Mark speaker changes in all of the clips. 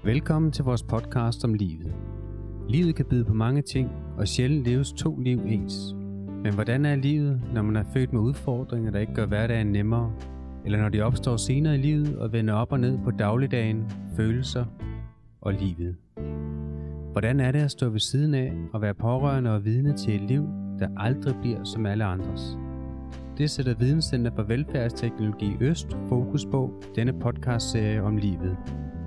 Speaker 1: Velkommen til vores podcast om livet. Livet kan byde på mange ting, og sjældent leves to liv ens. Men hvordan er livet, når man er født med udfordringer, der ikke gør hverdagen nemmere? Eller når de opstår senere i livet og vender op og ned på dagligdagen, følelser og livet? Hvordan er det at stå ved siden af og være pårørende og vidne til et liv, der aldrig bliver som alle andres? Det sætter Videnscenter for Velfærdsteknologi Øst fokus på denne podcastserie om livet.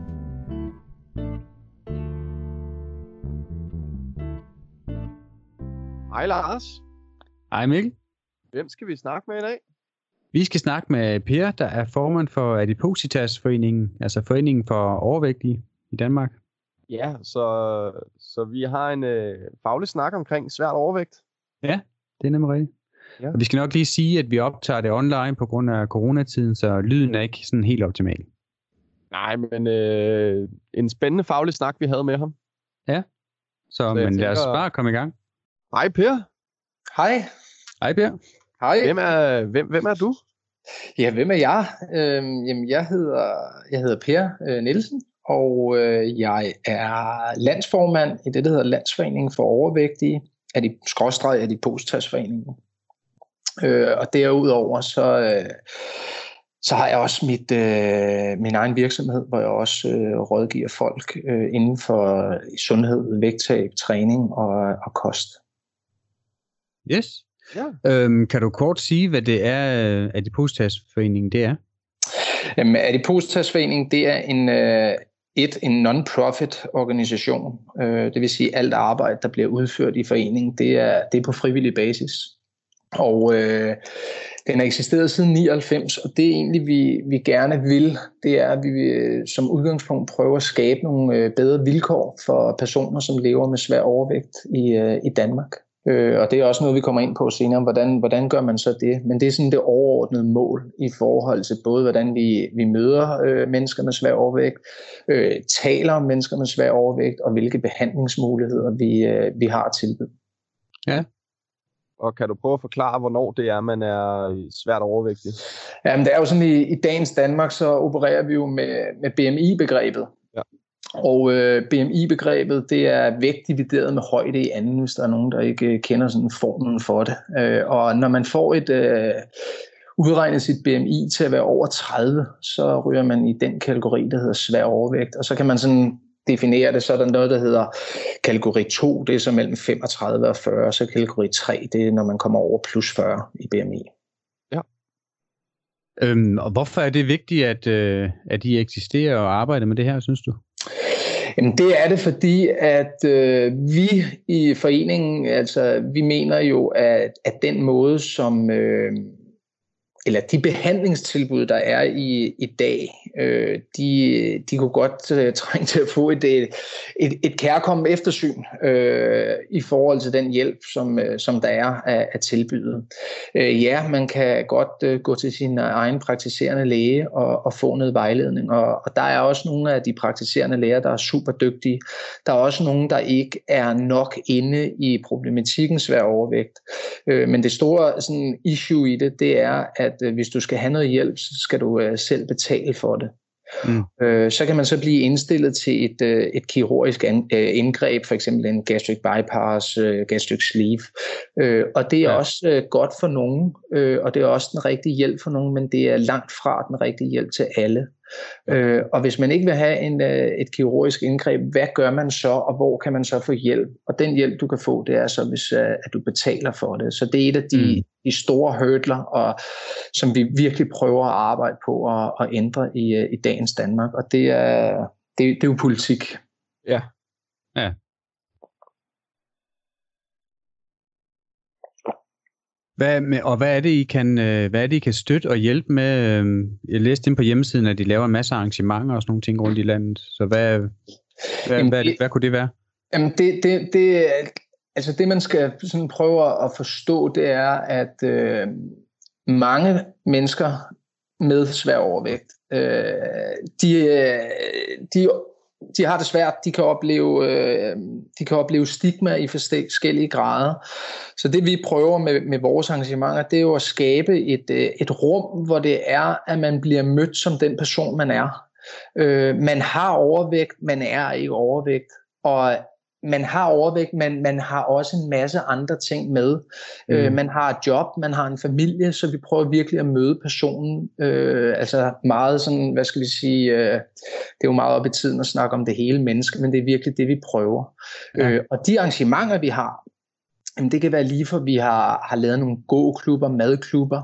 Speaker 2: Hej Lars.
Speaker 3: Hej Mikkel.
Speaker 2: Hvem skal vi snakke med i dag?
Speaker 3: Vi skal snakke med Per, der er formand for Adipositas-foreningen, altså foreningen for overvægtige i Danmark.
Speaker 2: Ja, så vi har en faglig snak omkring svært overvægt.
Speaker 3: Ja, det er nemlig rigtigt. Ja. Og vi skal nok lige sige, at vi optager det online på grund af coronatiden, så lyden er ikke sådan helt optimal.
Speaker 2: Nej, men en spændende faglig snak, vi havde med ham.
Speaker 3: Ja, så men lad os bare komme i gang.
Speaker 2: Hej Per.
Speaker 4: Hej.
Speaker 3: Hej Per.
Speaker 4: Hej.
Speaker 2: Hvem er du?
Speaker 4: Ja, hvem er jeg? Jamen, jeg hedder Per Nielsen, og jeg er landsformand i det, der hedder Landsforeningen for Overvægtige, Adipositas-foreningen. Og derudover så har jeg også min egen virksomhed, hvor jeg også rådgiver folk inden for sundhed, vægttab, træning og kost.
Speaker 3: Yes. Ja. Kan du kort sige, hvad det er, Adipositas-foreningen det er?
Speaker 4: Jamen, Adipositas-foreningen, det er en non-profit organisation. Det vil sige, alt arbejde, der bliver udført i foreningen, det er på frivillig basis. Og den har eksisteret siden 99, og det er egentlig, vi gerne vil, det er, at vi som udgangspunkt prøver at skabe nogle bedre vilkår for personer, som lever med svær overvægt i Danmark. Og det er også noget, vi kommer ind på senere, hvordan gør man så det? Men det er sådan det overordnede mål i forhold til både, hvordan vi møder mennesker med svær overvægt, taler om mennesker med svær overvægt, og hvilke behandlingsmuligheder vi har at tilbyde.
Speaker 3: Ja.
Speaker 2: Og kan du prøve at forklare, hvornår det er, man er svært overvægtig?
Speaker 4: Jamen, det er jo sådan, i dagens Danmark, så opererer vi jo med BMI-begrebet. Ja. Og BMI-begrebet, det er vægt divideret med højde i anden, hvis der er nogen, der ikke kender sådan formlen for det. Og når man får udregnet sit BMI til at være over 30, så ryger man i den kategori, der hedder svær overvægt. Og så kan man sådan definere det, så er der noget, der hedder kategori 2, det er så mellem 35 og 40, så kategori 3, det er, når man kommer over plus 40 i BMI.
Speaker 3: Ja. Og hvorfor er det vigtigt, at I eksisterer og arbejder med det her, synes du?
Speaker 4: Jamen, det er det, fordi at vi i foreningen, altså vi mener jo, at den måde, som eller de behandlingstilbud, der er i dag, de kunne godt trænge til at få et kærkomment eftersyn i forhold til den hjælp, som der er at tilbyde. Ja, man kan godt gå til sin egen praktiserende læge og få noget vejledning, og der er også nogle af de praktiserende læger, der er super dygtige. Der er også nogle, der ikke er nok inde i problematikken svær overvægt. Men det store sådan, issue i det er, at hvis du skal have noget hjælp, så skal du selv betale for det. Så kan man så blive indstillet til et kirurgisk indgreb, for eksempel en gastric bypass, gastric sleeve. Og det er også godt for nogen, og det er også den rigtige hjælp for nogen, men det er langt fra den rigtige hjælp til alle. Og hvis man ikke vil have et kirurgisk indgreb, hvad gør man så, og hvor kan man så få hjælp? Og den hjælp, du kan få, det er så, hvis at du betaler for det. Så det er et af de store hurdler, og som vi virkelig prøver at arbejde på at ændre i dagens Danmark. Og det er jo politik.
Speaker 3: Ja. Ja. Hvad er det, I kan støtte og hjælpe med? Jeg læste ind på hjemmesiden, at de laver en masse arrangementer og sådan nogle ting rundt i landet. Så hvad kunne det være?
Speaker 4: Jamen altså det man skal sådan prøve at forstå, det er, at mange mennesker med svær overvægt, de har det svært, de kan opleve stigma i forskellige grader. Så det vi prøver med vores arrangementer, det er jo at skabe et rum, hvor det er, at man bliver mødt som den person, man er. Man har overvægt, man er ikke overvægt, og man har overvægt, men man har også en masse andre ting med. Man har et job, man har en familie, så vi prøver virkelig at møde personen. Altså meget sådan, hvad skal vi sige, det er jo meget op i tiden at snakke om det hele menneske, men det er virkelig det, vi prøver. Ja. Og de arrangementer, vi har, det kan være lige for, vi har lavet nogle gåklubber, madklubber,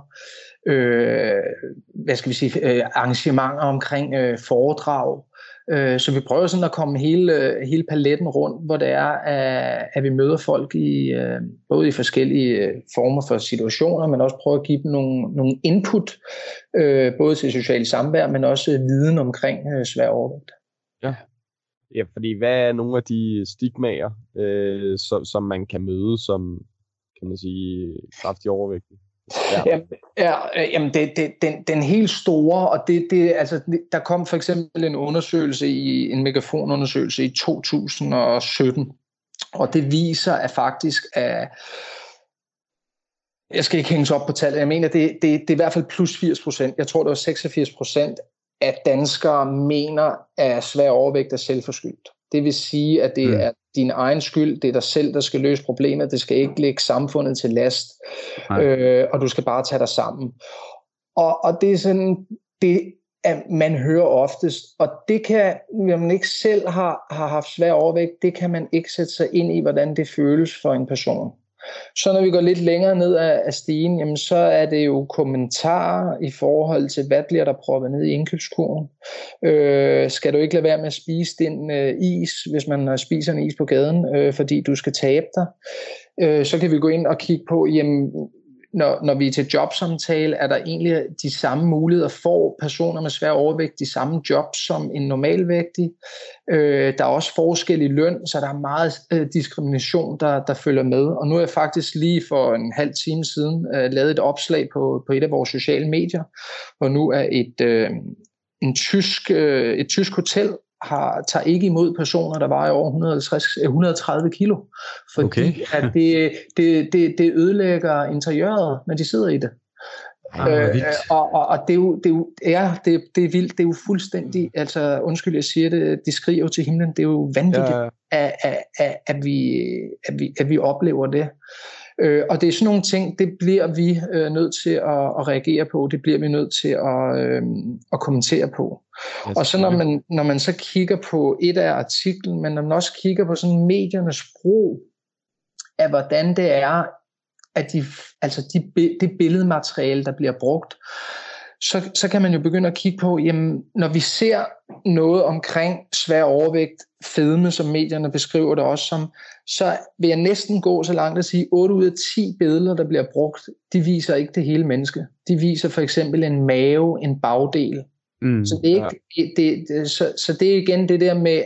Speaker 4: hvad skal vi sige, arrangementer omkring foredrag. Så vi prøver sådan at komme hele paletten rundt, hvor det er, at vi møder folk både i forskellige former for situationer, men også prøver at give dem nogle input, både til sociale samvær, men også viden omkring svær overvægt.
Speaker 2: Ja, fordi hvad er nogle af de stigmaer, som man kan møde som, kan man sige, kraftig overvægtig?
Speaker 4: Jamen den helt store, og altså, der kom for eksempel en undersøgelse en megafonundersøgelse i 2017, og det viser at faktisk, at jeg skal ikke hænges op på tallet, jeg mener, det er i hvert fald plus 80%, jeg tror det var 86%, at danskere mener, at svær overvægt er selvforskyldt. Det vil sige, at det er din egen skyld, det er dig selv, der skal løse problemet, det skal ikke lægge samfundet til last, og du skal bare tage dig sammen. Og det er sådan, det man hører oftest, og det kan, når man ikke selv har haft svær overvægt, det kan man ikke sætte sig ind i, hvordan det føles for en person. Så når vi går lidt længere ned af stigen, jamen så er det jo kommentarer i forhold til, hvad bliver der proppet ned i indkøbskurven. Skal du ikke lade være med at spise den is, hvis man spiser en is på gaden, fordi du skal tabe dig. Så kan vi gå ind og kigge på, jamen, når vi er til jobsamtale, er der egentlig de samme muligheder for personer med svær overvægt, de samme jobs som en normalvægtig. Der er også forskel i løn, så der er meget diskrimination, der følger med. Og nu har jeg faktisk lige for en halv time siden lavet et opslag på et af vores sociale medier, hvor nu er et tysk hotel tager ikke imod personer, der vejer over 130 kilo, fordi at det ødelægger interiøret, når de sidder i det. Og det er vildt, det er jo fuldstændig, altså undskyld jeg siger det, de skriger jo til himlen, det er jo vanvittigt, at vi oplever det. Og det er sådan nogle ting, det bliver vi nødt til at reagere på, det bliver vi nødt til at kommentere på. Og så når man så kigger på et af artiklen, men når man også kigger på sådan mediernes brug af hvordan det er, at det billedmateriale, der bliver brugt, så kan man jo begynde at kigge på, jamen, når vi ser noget omkring svær overvægt, fedme, som medierne beskriver det også som, så vil jeg næsten gå så langt at sige, 8 ud af 10 billeder, der bliver brugt, de viser ikke det hele menneske. De viser for eksempel en mave, en bagdel. Så det er ikke, så det er igen det der med,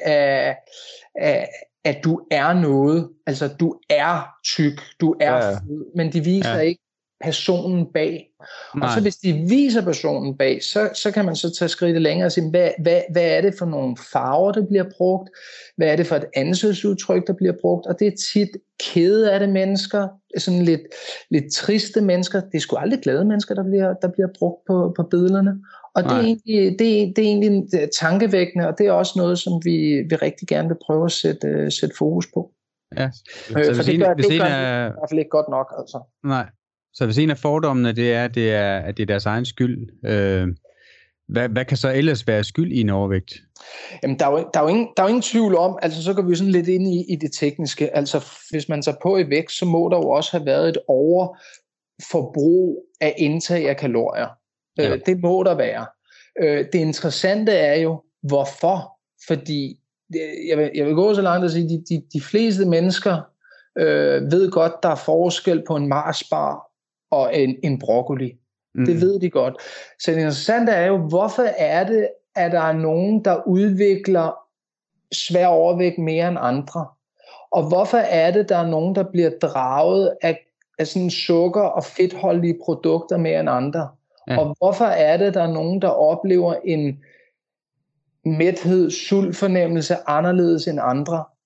Speaker 4: at du er noget, altså du er tyk, du er fed, men de viser ikke personen bag. Og så hvis de viser personen bag, så kan man så tage skridtet længere og sige, hvad er det for nogle farver, der bliver brugt? Hvad er det for et ansigtsudtryk, der bliver brugt? Og det er tit kede af det mennesker, sådan lidt triste mennesker. Det er sgu aldrig glade mennesker, der bliver brugt på billederne. Og det er egentlig tankevækkende, og det er også noget, som vi rigtig gerne vil prøve at sætte fokus på. Ja. For det gør det i hvert fald ikke godt nok. Altså.
Speaker 3: Nej. Så hvis en af fordommene, det er, at det er deres egen skyld, hvad kan så ellers være skyld i en overvægt?
Speaker 4: Jamen, der er jo ingen tvivl om, altså så går vi sådan lidt ind i det tekniske. Altså, hvis man tager på i vægt, så må der jo også have været et overforbrug af indtag af kalorier. Ja. Det må der være. Det interessante er jo, hvorfor? Fordi, jeg vil gå så langt at sige, de fleste mennesker ved godt, der er forskel på en Mars-bar og en broccoli. Det ved de godt. Så det interessante er jo, hvorfor er det, at der er nogen, der udvikler svær overvægt mere end andre? Og hvorfor er det, der er nogen, der bliver draget af sådan sukker- og fedtholdige produkter mere end andre? Ja. Og hvorfor er det, der er nogen, der oplever en mæthed, sultfornemmelse anderledes end andre?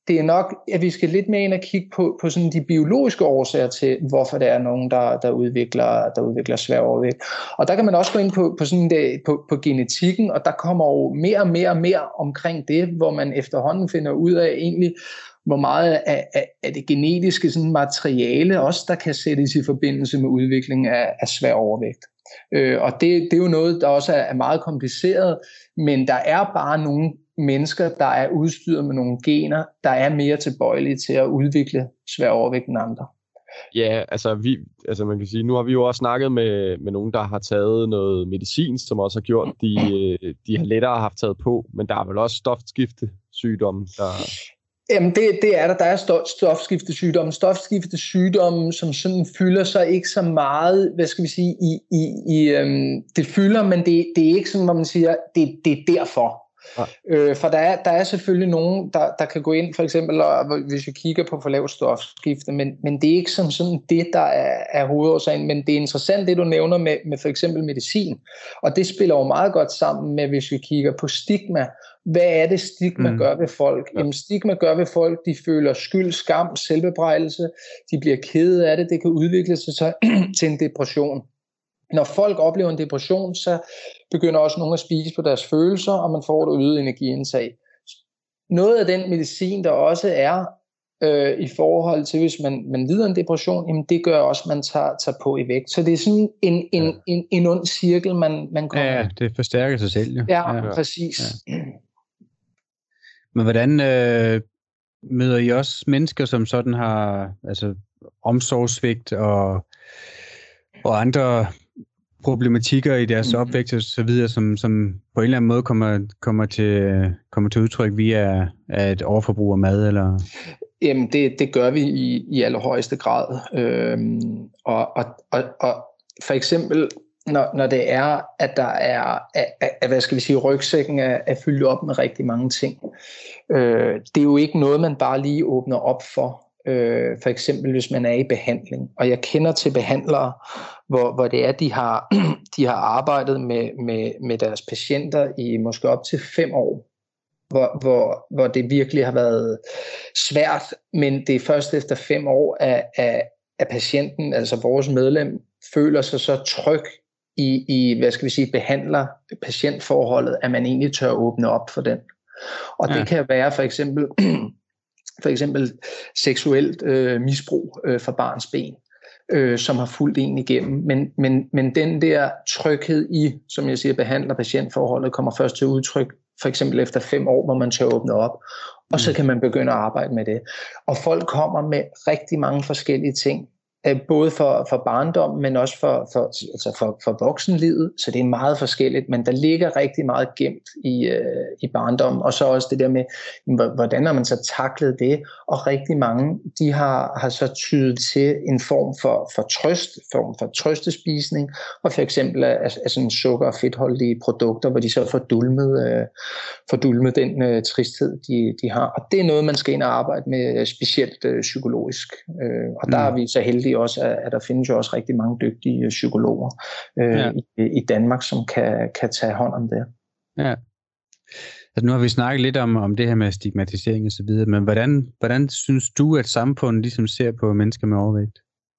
Speaker 4: det er nok, at vi skal lidt mere ind og kigge på sådan de biologiske årsager til, hvorfor der er nogen, der udvikler svær overvægt. Og der kan man også gå ind på genetikken, og der kommer jo mere og mere omkring det, hvor man efterhånden finder ud af egentlig, hvor meget af det genetiske sådan materiale også, der kan sættes i forbindelse med udvikling af svær overvægt. Og det er jo noget, der også er meget kompliceret, men der er bare nogle mennesker, der er udstyret med nogle gener, der er mere tilbøjelige til at udvikle svær overvægt end andre.
Speaker 2: Ja, altså man kan sige, nu har vi jo også snakket med nogen, der har taget noget medicin, som også har gjort, de har lettere haft taget på, men der er vel også stofskiftesygdomme, der...
Speaker 4: Jamen det er der. Der er stofskiftesygdomme. Stofskiftesygdomme, som sådan fylder sig ikke så meget, hvad skal vi sige, det fylder, men det er ikke sådan, hvor man siger, det er derfor. For der er selvfølgelig nogen, der kan gå ind, for eksempel, hvis vi kigger på for lavt stofskifte, men det er ikke som sådan det, der er hovedårsagen. Men det er interessant, det du nævner med for eksempel medicin, og det spiller jo meget godt sammen med, hvis vi kigger på stigma. Hvad er det, stigma gør ved folk? Jamen, stigma gør ved folk, de føler skyld, skam, selvbebrejdelse, de bliver kede af det, det kan udvikle sig til en depression. Når folk oplever en depression, så begynder også nogen at spise på deres følelser, og man får et øget energiindtag. Noget af den medicin, der også er i forhold til, hvis man lider en depression, jamen det gør også, at man tager på i vægt. Så det er sådan en ond cirkel, man kommer.
Speaker 3: Ja, det forstærker sig selv. Jo.
Speaker 4: Ja, præcis. Ja.
Speaker 3: Men hvordan møder I også mennesker, som sådan har omsorgssvigt og andre problematikker i deres opvækst og så videre, som på en eller anden måde kommer til udtryk via et overforbrug af mad, eller?
Speaker 4: Jamen, det gør vi i allerhøjeste grad. Og for eksempel, når det er, at der er, hvad skal vi sige, rygsækken er fyldt op med rigtig mange ting. Det er jo ikke noget, man bare lige åbner op for. For eksempel hvis man er i behandling, og jeg kender til behandlere, hvor det er, de har arbejdet med deres patienter i måske op til 5 år, hvor det virkelig har været svært, men det er først efter 5 år, at patienten, altså vores medlem, føler sig så tryg i hvad skal vi sige, behandler-patientforholdet, at man egentlig tør åbne op for den. Og det kan være for eksempel seksuelt misbrug fra barns ben, som har fulgt en igennem. Men den der tryghed i, som jeg siger, behandler-patientforholdet, kommer først til udtryk, for eksempel efter 5 år, hvor man tør åbne op, og så kan man begynde at arbejde med det. Og folk kommer med rigtig mange forskellige ting, både for barndom, men også for voksenlivet, så det er meget forskelligt, men der ligger rigtig meget gemt i barndom, og så også det der med, hvordan har man så taklet det, og rigtig mange, de har så tydet til en form for trøstespisning, og for eksempel af sådan sukker- og fedtholdige produkter, hvor de så får dulmet den tristhed, de har, og det er noget, man skal ind og arbejde med, specielt psykologisk, og der er vi så heldige også, at der findes jo også rigtig mange dygtige psykologer i Danmark, som kan tage hånd om det.
Speaker 3: Ja. Altså nu har vi snakket lidt om det her med stigmatisering og så videre, men hvordan synes du, at samfundet ligesom ser på mennesker med overvægt?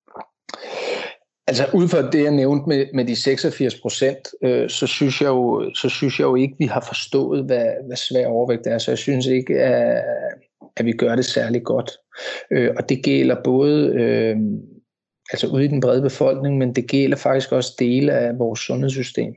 Speaker 4: Altså ud fra det, jeg nævnte med de 86%, så synes jeg jo ikke, vi har forstået, hvad svær overvægt er. Så jeg synes ikke, at vi gør det særlig godt. Og det gælder både altså ude i den brede befolkning, men det gælder faktisk også dele af vores sundhedssystem.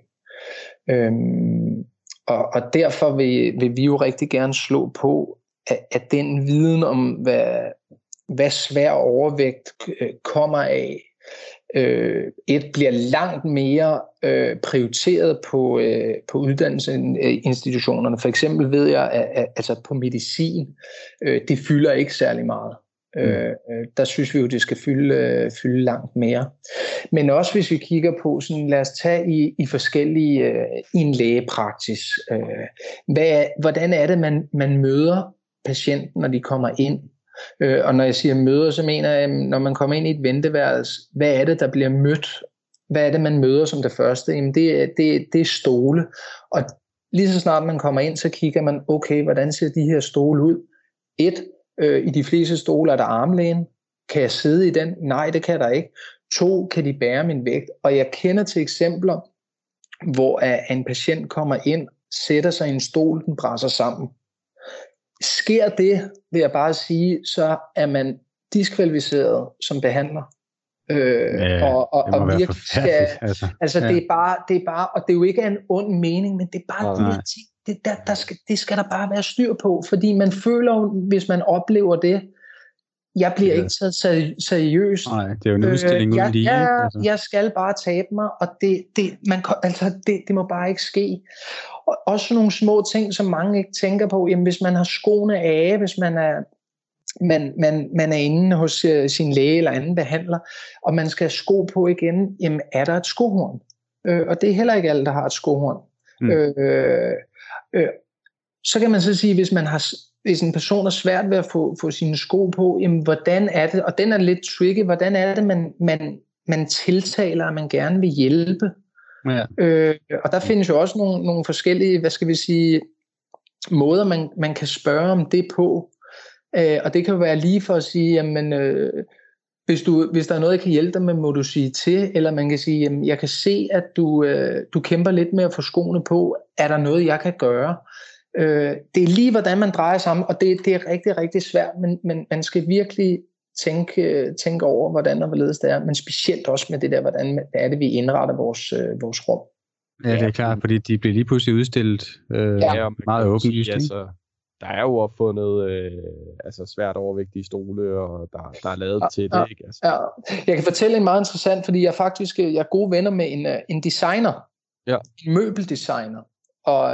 Speaker 4: Og derfor vil vi jo rigtig gerne slå på, at den viden om, hvad svær overvægt kommer af, bliver langt mere prioriteret på uddannelsesinstitutionerne. For eksempel ved jeg, at altså på medicin, det fylder ikke særlig meget. Der synes vi jo, det skal fylde langt mere. Men også hvis vi kigger på, sådan, lad os tage i forskellige, i en lægepraksis. Hvordan er det, man møder patienten, når de kommer ind? Og når jeg siger møder, så mener jeg, når man kommer ind i et venteværelse, hvad er det, der bliver mødt? Hvad er det, man møder som det første? Jamen det er stole. Og lige så snart man kommer ind, så kigger man, okay, hvordan ser de her stole ud? I de fleste stole er der armlæn. Kan jeg sidde i den? Nej, det kan der ikke. 2, kan de bære min vægt? Og jeg kender til eksempler, hvor en patient kommer ind, sætter sig i en stol, den brænder sammen. Sker det, vil jeg bare sige, så er man diskvalificeret som behandler. Og virkelig skal, altså ja. det er bare, og det er jo ikke en ond mening, men det er bare de her ting, det skal der bare være styr på, fordi man føler jo, hvis man oplever det, jeg bliver ikke taget seriøst.
Speaker 3: Nej, det er jo en udstilling uden lige.
Speaker 4: Jeg skal bare tabe mig, og det må bare ikke ske. Og også nogle små ting, som mange ikke tænker på. Jamen, hvis man har skoene af, hvis man er inde hos sin læge eller anden behandler, og man skal have sko på igen, jamen er der et skohorn? Og det er heller ikke alle, der har et skohorn. Så kan man så sige, hvis en person er svært ved at få sine sko på, jamen hvordan er det, og den er lidt tricky, hvordan er det, man tiltaler, at man gerne vil hjælpe? Ja. Og der findes jo også nogle forskellige, hvad skal vi sige, måder, man kan spørge om det på. Og det kan jo være lige for at sige, jamen, hvis der er noget, jeg kan hjælpe dig med, må du sige til, eller man kan sige, jamen, jeg kan se, at du kæmper lidt med at få skoene på. Er der noget, jeg kan gøre? Det er lige, hvordan man drejer sammen, og det er rigtig, rigtig svært, men man skal virkelig tænke over, hvordan og hvorledes det er, men specielt også med det der, hvordan er det, vi indretter vores rum.
Speaker 3: Ja, det er klart, fordi de bliver lige pludselig udstillet meget åbenlyst.
Speaker 2: Altså, der er jo opfundet svært overvægtige stole, og der er lavet til det. Ikke? Altså.
Speaker 4: Ja. Jeg kan fortælle en meget interessant, fordi jeg er gode venner med en designer, en møbeldesigner, og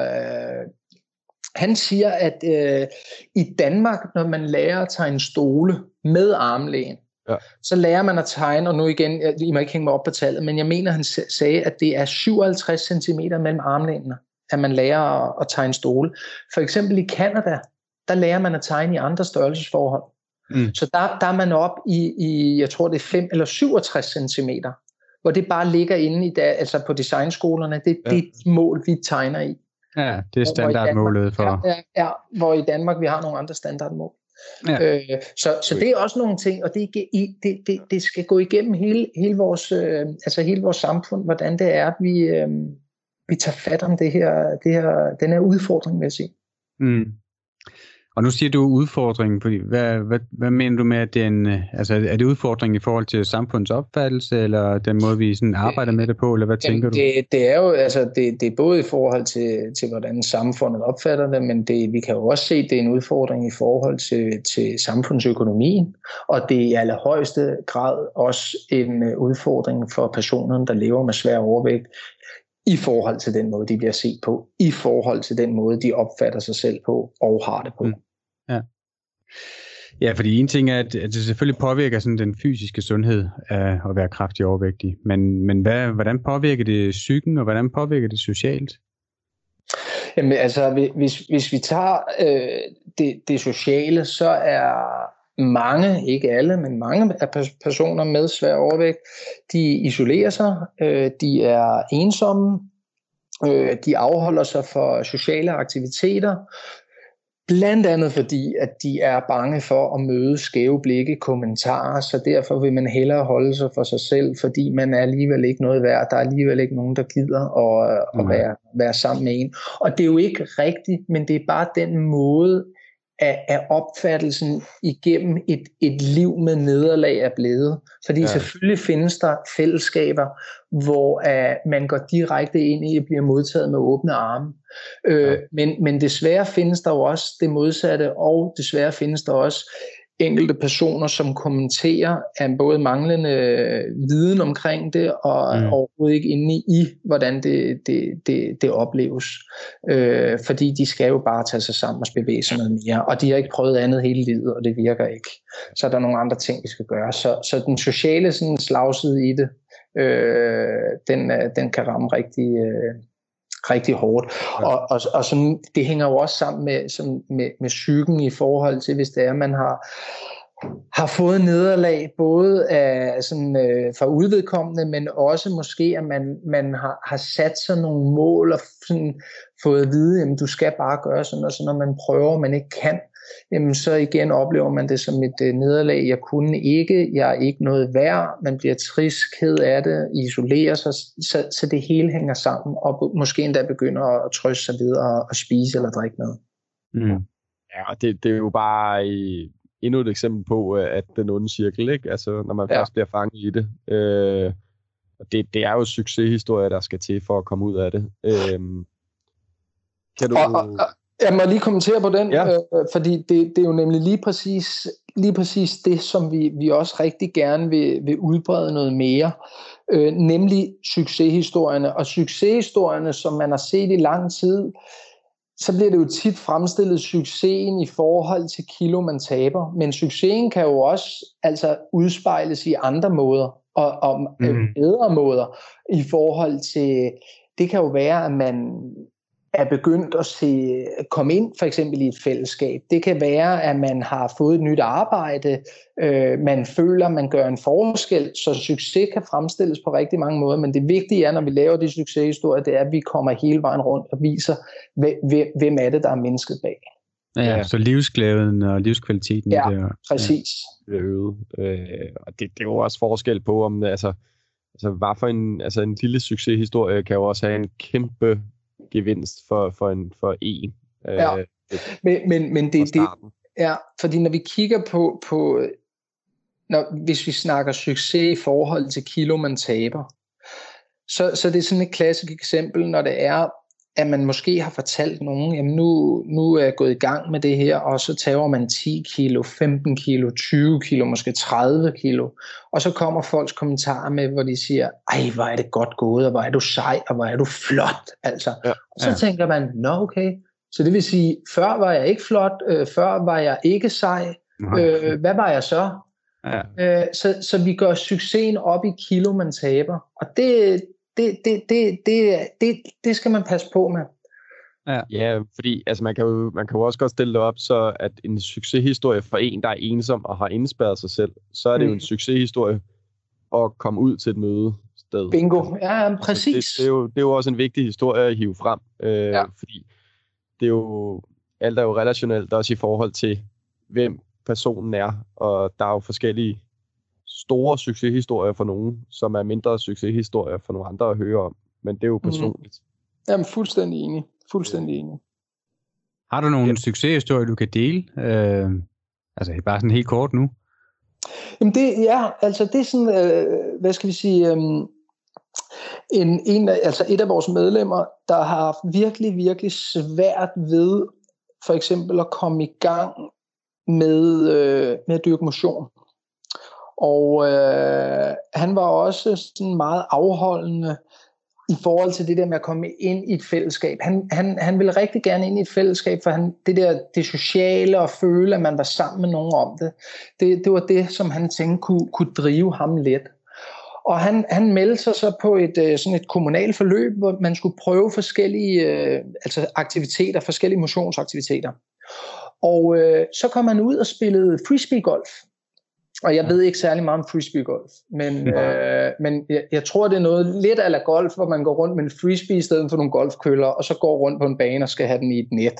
Speaker 4: han siger, at i Danmark, når man lærer at tegne stole med armlæn, så lærer man at tegne, og nu igen, I må ikke hænge mig op på tallet, men jeg mener, han sagde, at det er 57 cm mellem armlænene, at man lærer at tegne stole. For eksempel i Canada, der lærer man at tegne i andre størrelsesforhold. Så der er man op i, jeg tror det er 5 eller 67 cm, hvor det bare ligger inde i altså på designskolerne. Det er de mål, vi tegner i.
Speaker 3: Ja, det er standardmålet for...
Speaker 4: Ja, hvor i Danmark vi har nogle andre standardmål. Ja. Så det er også nogle ting, og det skal gå igennem hele vores samfund, hvordan det er, vi tager fat om den her udfordring, vil jeg sige.
Speaker 3: Og nu siger du udfordringen, fordi hvad mener du med, at det er er det udfordringen i forhold til samfundets opfattelse, eller den måde, vi sådan arbejder med det på, eller hvad tænker du?
Speaker 4: Det er jo, det er både i forhold til hvordan samfundet opfatter det, men vi kan jo også se, at det er en udfordring i forhold til samfundsøkonomien, og det er i allerhøjeste grad også en udfordring for personerne, der lever med svær overvægt, i forhold til den måde, de bliver set på, i forhold til den måde, de opfatter sig selv på og har det på.
Speaker 3: Ja, fordi en ting er, at det selvfølgelig påvirker sådan den fysiske sundhed af at være kraftig overvægtig, men hvordan påvirker det psyken, og hvordan påvirker det socialt?
Speaker 4: Jamen altså, hvis vi tager det sociale, så er mange, ikke alle, men mange af personer med svær overvægt, de isolerer sig, de er ensomme, de afholder sig for sociale aktiviteter, blandt andet fordi, at de er bange for at møde skæve blikke, kommentarer, så derfor vil man hellere holde sig for sig selv, fordi man er alligevel ikke noget værd, der er alligevel ikke nogen, der gider at være sammen med en. Og det er jo ikke rigtigt, men det er bare den måde, af opfattelsen igennem et liv med nederlag er blevet. Fordi selvfølgelig findes der fællesskaber, hvor man går direkte ind i at blive modtaget med åbne arme. Men desværre findes der jo også det modsatte, og desværre findes der også enkelte personer, som kommenterer af både manglende viden omkring det, og overhovedet ikke inde i, hvordan det opleves. Fordi de skal jo bare tage sig sammen og bevæge sig noget mere, og de har ikke prøvet andet hele livet, og det virker ikke. Så er der nogle andre ting, vi skal gøre. Så den sociale sådan, slagside i det, den kan ramme rigtig hårdt. Og sådan, det hænger jo også sammen med psyken i forhold til, hvis det er, man har fået nederlag, både af, sådan, fra udvedkommende, men også måske, at man har sat sig nogle mål og sådan, fået at vide, at du skal bare gøre sådan, og så når man prøver, man ikke kan, jamen så igen oplever man det som et nederlag. Jeg kunne ikke, jeg er ikke noget værd, man bliver trist, ked af det, isolerer sig, så det hele hænger sammen, og måske endda begynder at trøste sig ved at spise eller drikke noget.
Speaker 3: Mm.
Speaker 2: Ja, og det er jo bare endnu et eksempel på, at den onde cirkel, ikke? Altså, når man først bliver fanget i det. Det er jo succeshistorier, der skal til for at komme ud af det. Kan du...
Speaker 4: Jeg må lige kommentere på den, fordi det er jo nemlig lige præcis det, som vi også rigtig gerne vil udbrede noget mere, nemlig succeshistorierne. Og succeshistorierne, som man har set i lang tid, så bliver det jo tit fremstillet succesen i forhold til kilo, man taber. Men succesen kan jo også altså udspejles i andre måder, og bedre måder i forhold til, det kan jo være, at man er begyndt at komme ind for eksempel i et fællesskab. Det kan være, at man har fået et nyt arbejde, man føler, man gør en forskel, så succes kan fremstilles på rigtig mange måder, men det vigtige er, når vi laver de succeshistorier, det er, at vi kommer hele vejen rundt og viser, hvem er det, der er mennesket bag.
Speaker 3: Ja, så livsglæden og livskvaliteten.
Speaker 4: Ja,
Speaker 3: det,
Speaker 4: præcis.
Speaker 2: Det er øget. Og det er jo også forskel på, om altså hvad for en lille succeshistorie kan jo også have en kæmpe gevinst for en.
Speaker 4: Ja, men det ja, fordi når vi kigger på hvis vi snakker succes i forhold til kilo, man taber, så det er sådan et klassisk eksempel, når det er, at man måske har fortalt nogen, jamen nu er jeg gået i gang med det her, og så tager man 10 kilo, 15 kilo, 20 kilo, måske 30 kilo, og så kommer folks kommentarer med, hvor de siger, ej, hvor er det godt gået, og hvor er du sej, og hvor er du flot, altså. Ja. Og så tænker man, nå okay, så det vil sige, før var jeg ikke flot, før var jeg ikke sej, hvad var jeg så? Ja. Så vi gør succesen op i kilo, man taber, og det skal man passe på med.
Speaker 2: Ja, fordi altså man kan jo også godt stille det op, så at en succeshistorie for en, der er ensom og har indspærret sig selv, så er det jo en succeshistorie at komme ud til et mødested.
Speaker 4: Bingo, ja, præcis.
Speaker 2: Altså, det er jo også en vigtig historie at hive frem, fordi det er jo, alt er jo relationelt, også i forhold til, hvem personen er, og der er jo forskellige store succeshistorier for nogen, som er mindre succeshistorier for nogle andre at høre om. Men det er jo personligt.
Speaker 4: Jamen, fuldstændig enig.
Speaker 3: Har du nogle succeshistorier, du kan dele? Altså bare sådan helt kort nu.
Speaker 4: Jamen det er sådan, hvad skal vi sige, et af vores medlemmer, der har haft virkelig, virkelig svært ved, for eksempel at komme i gang med at dyrke motion. Og han var også sådan meget afholdende i forhold til det der med at komme ind i et fællesskab. Han ville rigtig gerne ind i et fællesskab, for det sociale og føle, at man var sammen med nogen om det var det, som han tænkte kunne drive ham lidt. Og han meldte sig så på sådan et kommunalt forløb, hvor man skulle prøve forskellige aktiviteter, forskellige motionsaktiviteter. Og så kom han ud og spillede frisbeegolf. Og jeg ved ikke særlig meget om frisbeegolf, men jeg tror, det er noget lidt a la golf, hvor man går rundt med en frisbee i stedet for nogle golfkøller, og så går rundt på en bane og skal have den i et net.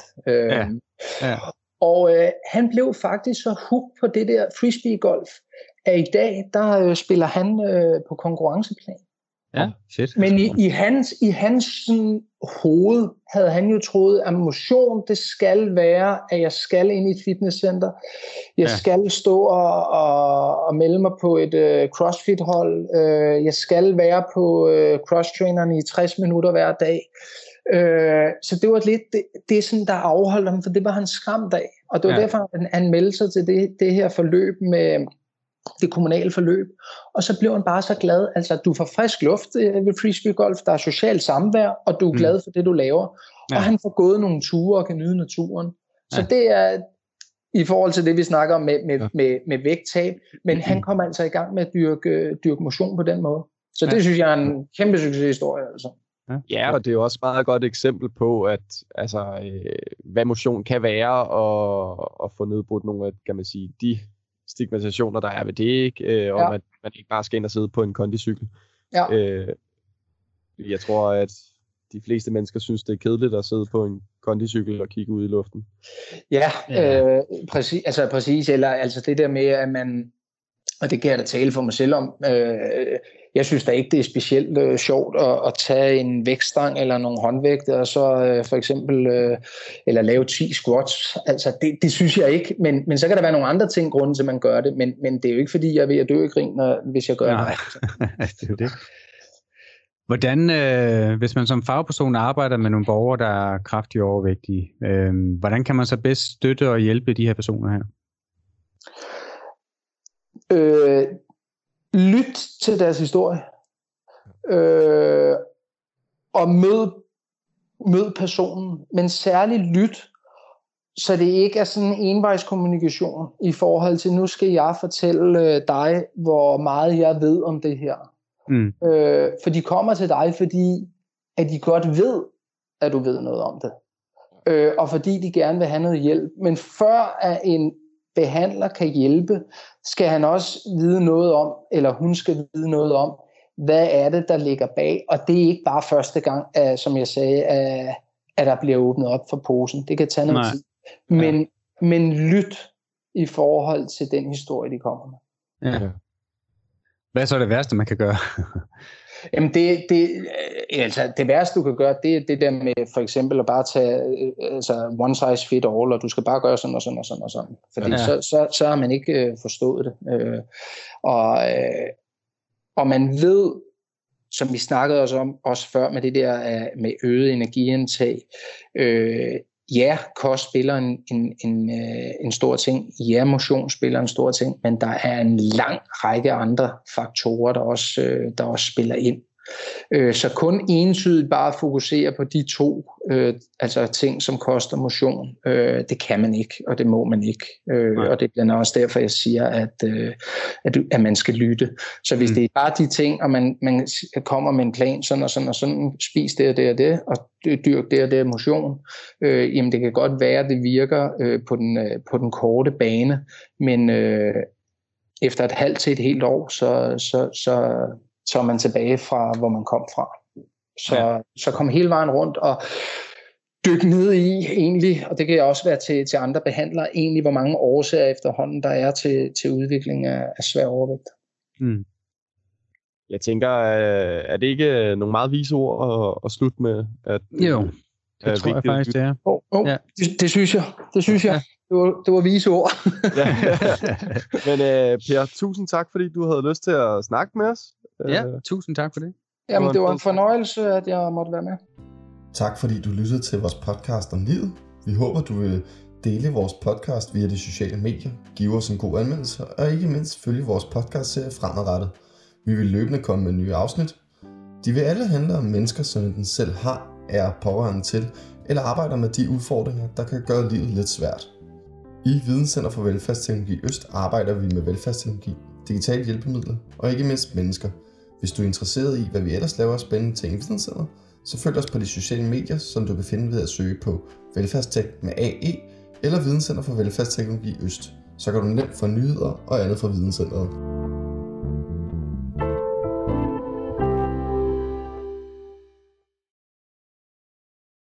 Speaker 4: Og han blev faktisk så hooked på det der frisbeegolf, at i dag, der spiller han på konkurrenceplan.
Speaker 3: Ja, fedt.
Speaker 4: Men i hans sådan, hoved havde han jo troet, at motion, det skal være, at jeg skal ind i et fitnesscenter. Jeg skal stå og melde mig på et CrossFit-hold. Jeg skal være på cross-traineren i 60 minutter hver dag. Så det var lidt det sådan, der afholdt ham, for det var han skræmt af. Og det var derfor, han meldte sig til det her forløb med det kommunale forløb, og så blev han bare så glad, altså du får frisk luft ved frisbeegolf, der er socialt samvær, og du er glad for det, du laver, og han får gået nogle ture og kan nyde naturen. Så det er i forhold til det, vi snakker om med vægttab, men han kommer altså i gang med at dyrke motion på den måde. Så det synes jeg er en kæmpe succeshistorie, altså.
Speaker 2: Ja, og det er jo også et meget godt eksempel på, at hvad motion kan være, og få nedbrudt nogle af, kan man sige, de stigmatisationer, der er ved det, ikke? Om at man ikke bare skal ind og sidde på en kondicykel. Jeg tror, at de fleste mennesker synes, det er kedeligt at sidde på kondicykel og kigge ud i luften.
Speaker 4: Ja, præcis. Eller altså det der med, at man, og det kan jeg da tale for mig selv om, jeg synes da ikke, det er specielt sjovt at tage en vægtstang eller nogle håndvægte, og så for eksempel, eller lave 10 squats. Altså det synes jeg ikke, men så kan der være nogle andre ting, grunden til, at man gør det, men det er jo ikke, fordi jeg er ved at dø i grin, hvis jeg gør det.
Speaker 3: Det er jo det. Hvordan, hvis man som fagperson arbejder med nogle borgere, der er kraftigt overvægtige, hvordan kan man så bedst støtte og hjælpe de her personer her?
Speaker 4: Lyt til deres historie. Og mød personen, men særligt lyt, så det ikke er sådan en envejskommunikation i forhold til, nu skal jeg fortælle dig, hvor meget jeg ved om det her. For de kommer til dig, fordi at de godt ved, at du ved noget om det. Og fordi de gerne vil have noget hjælp. Men før at en behandler kan hjælpe, skal han også vide noget om, eller hun skal vide noget om, hvad er det, der ligger bag. Og det er ikke bare første gang, som jeg sagde, at der bliver åbnet op for posen. Det kan tage noget tid. Men lyt i forhold til den historie, de kommer med.
Speaker 3: Ja. Hvad er så det værste, man kan gøre?
Speaker 4: Jamen det værste, du kan gøre, det er det der med for eksempel at bare tage one size fit all, og du skal bare gøre sådan og sådan og sådan og sådan. Fordi så har man ikke forstået det. Og man ved, som vi snakkede også før med det der med øget energiindtag, ja, kost spiller en stor ting. Ja, motion spiller en stor ting. Men der er en lang række andre faktorer, der også spiller ind. Så kun entydigt bare fokusere på de to altså ting, som koster motion, det kan man ikke, og det må man ikke. Og det er blandt også derfor, jeg siger, at man skal lytte. Så hvis det er bare de ting, og man kommer med en plan, sådan og sådan og sådan, spis det og det og det, og dyrk det og det motion, jamen det kan godt være, at det virker på den korte bane, men efter et halvt til et helt år, så er man tilbage fra, hvor man kom fra. Så kom hele vejen rundt og dyk ned i egentlig, og det kan også være til andre behandlere, egentlig hvor mange årsager efterhånden der er til udvikling af svær overvægt.
Speaker 2: Jeg tænker, er det ikke nogle meget vise ord at slutte med?
Speaker 3: Jo, det tror jeg faktisk, det er.
Speaker 4: Ja. Det synes jeg. Ja. Det var vise ord.
Speaker 2: Men Per, tusind tak, fordi du havde lyst til at snakke med os.
Speaker 3: Ja, tusind tak for det.
Speaker 4: Jamen, det var en fornøjelse, at jeg måtte være med.
Speaker 5: Tak fordi du lyttede til vores podcast om livet. Vi håber, du vil dele vores podcast via de sociale medier, give os en god anmeldelse, og ikke mindst følge vores podcastserie fremadrettet. Vi vil løbende komme med nye afsnit. De vil alle handle om mennesker, som enten selv har, er pårørende til, eller arbejder med de udfordringer, der kan gøre livet lidt svært. I Videnscenter for Velfærdsteknologi Øst arbejder vi med velfærdsteknologi, digitale hjælpemidler og ikke mindst mennesker. Hvis du er interesseret i, hvad vi ellers laver af spændende ting i Videnscenter, så følg os på de sociale medier, som du kan finde ved at søge på Velfærdstek med AE eller Videnscenter for Velfærdsteknologi Øst. Så kan du nemt få nyheder og andet fra Videnscenteret.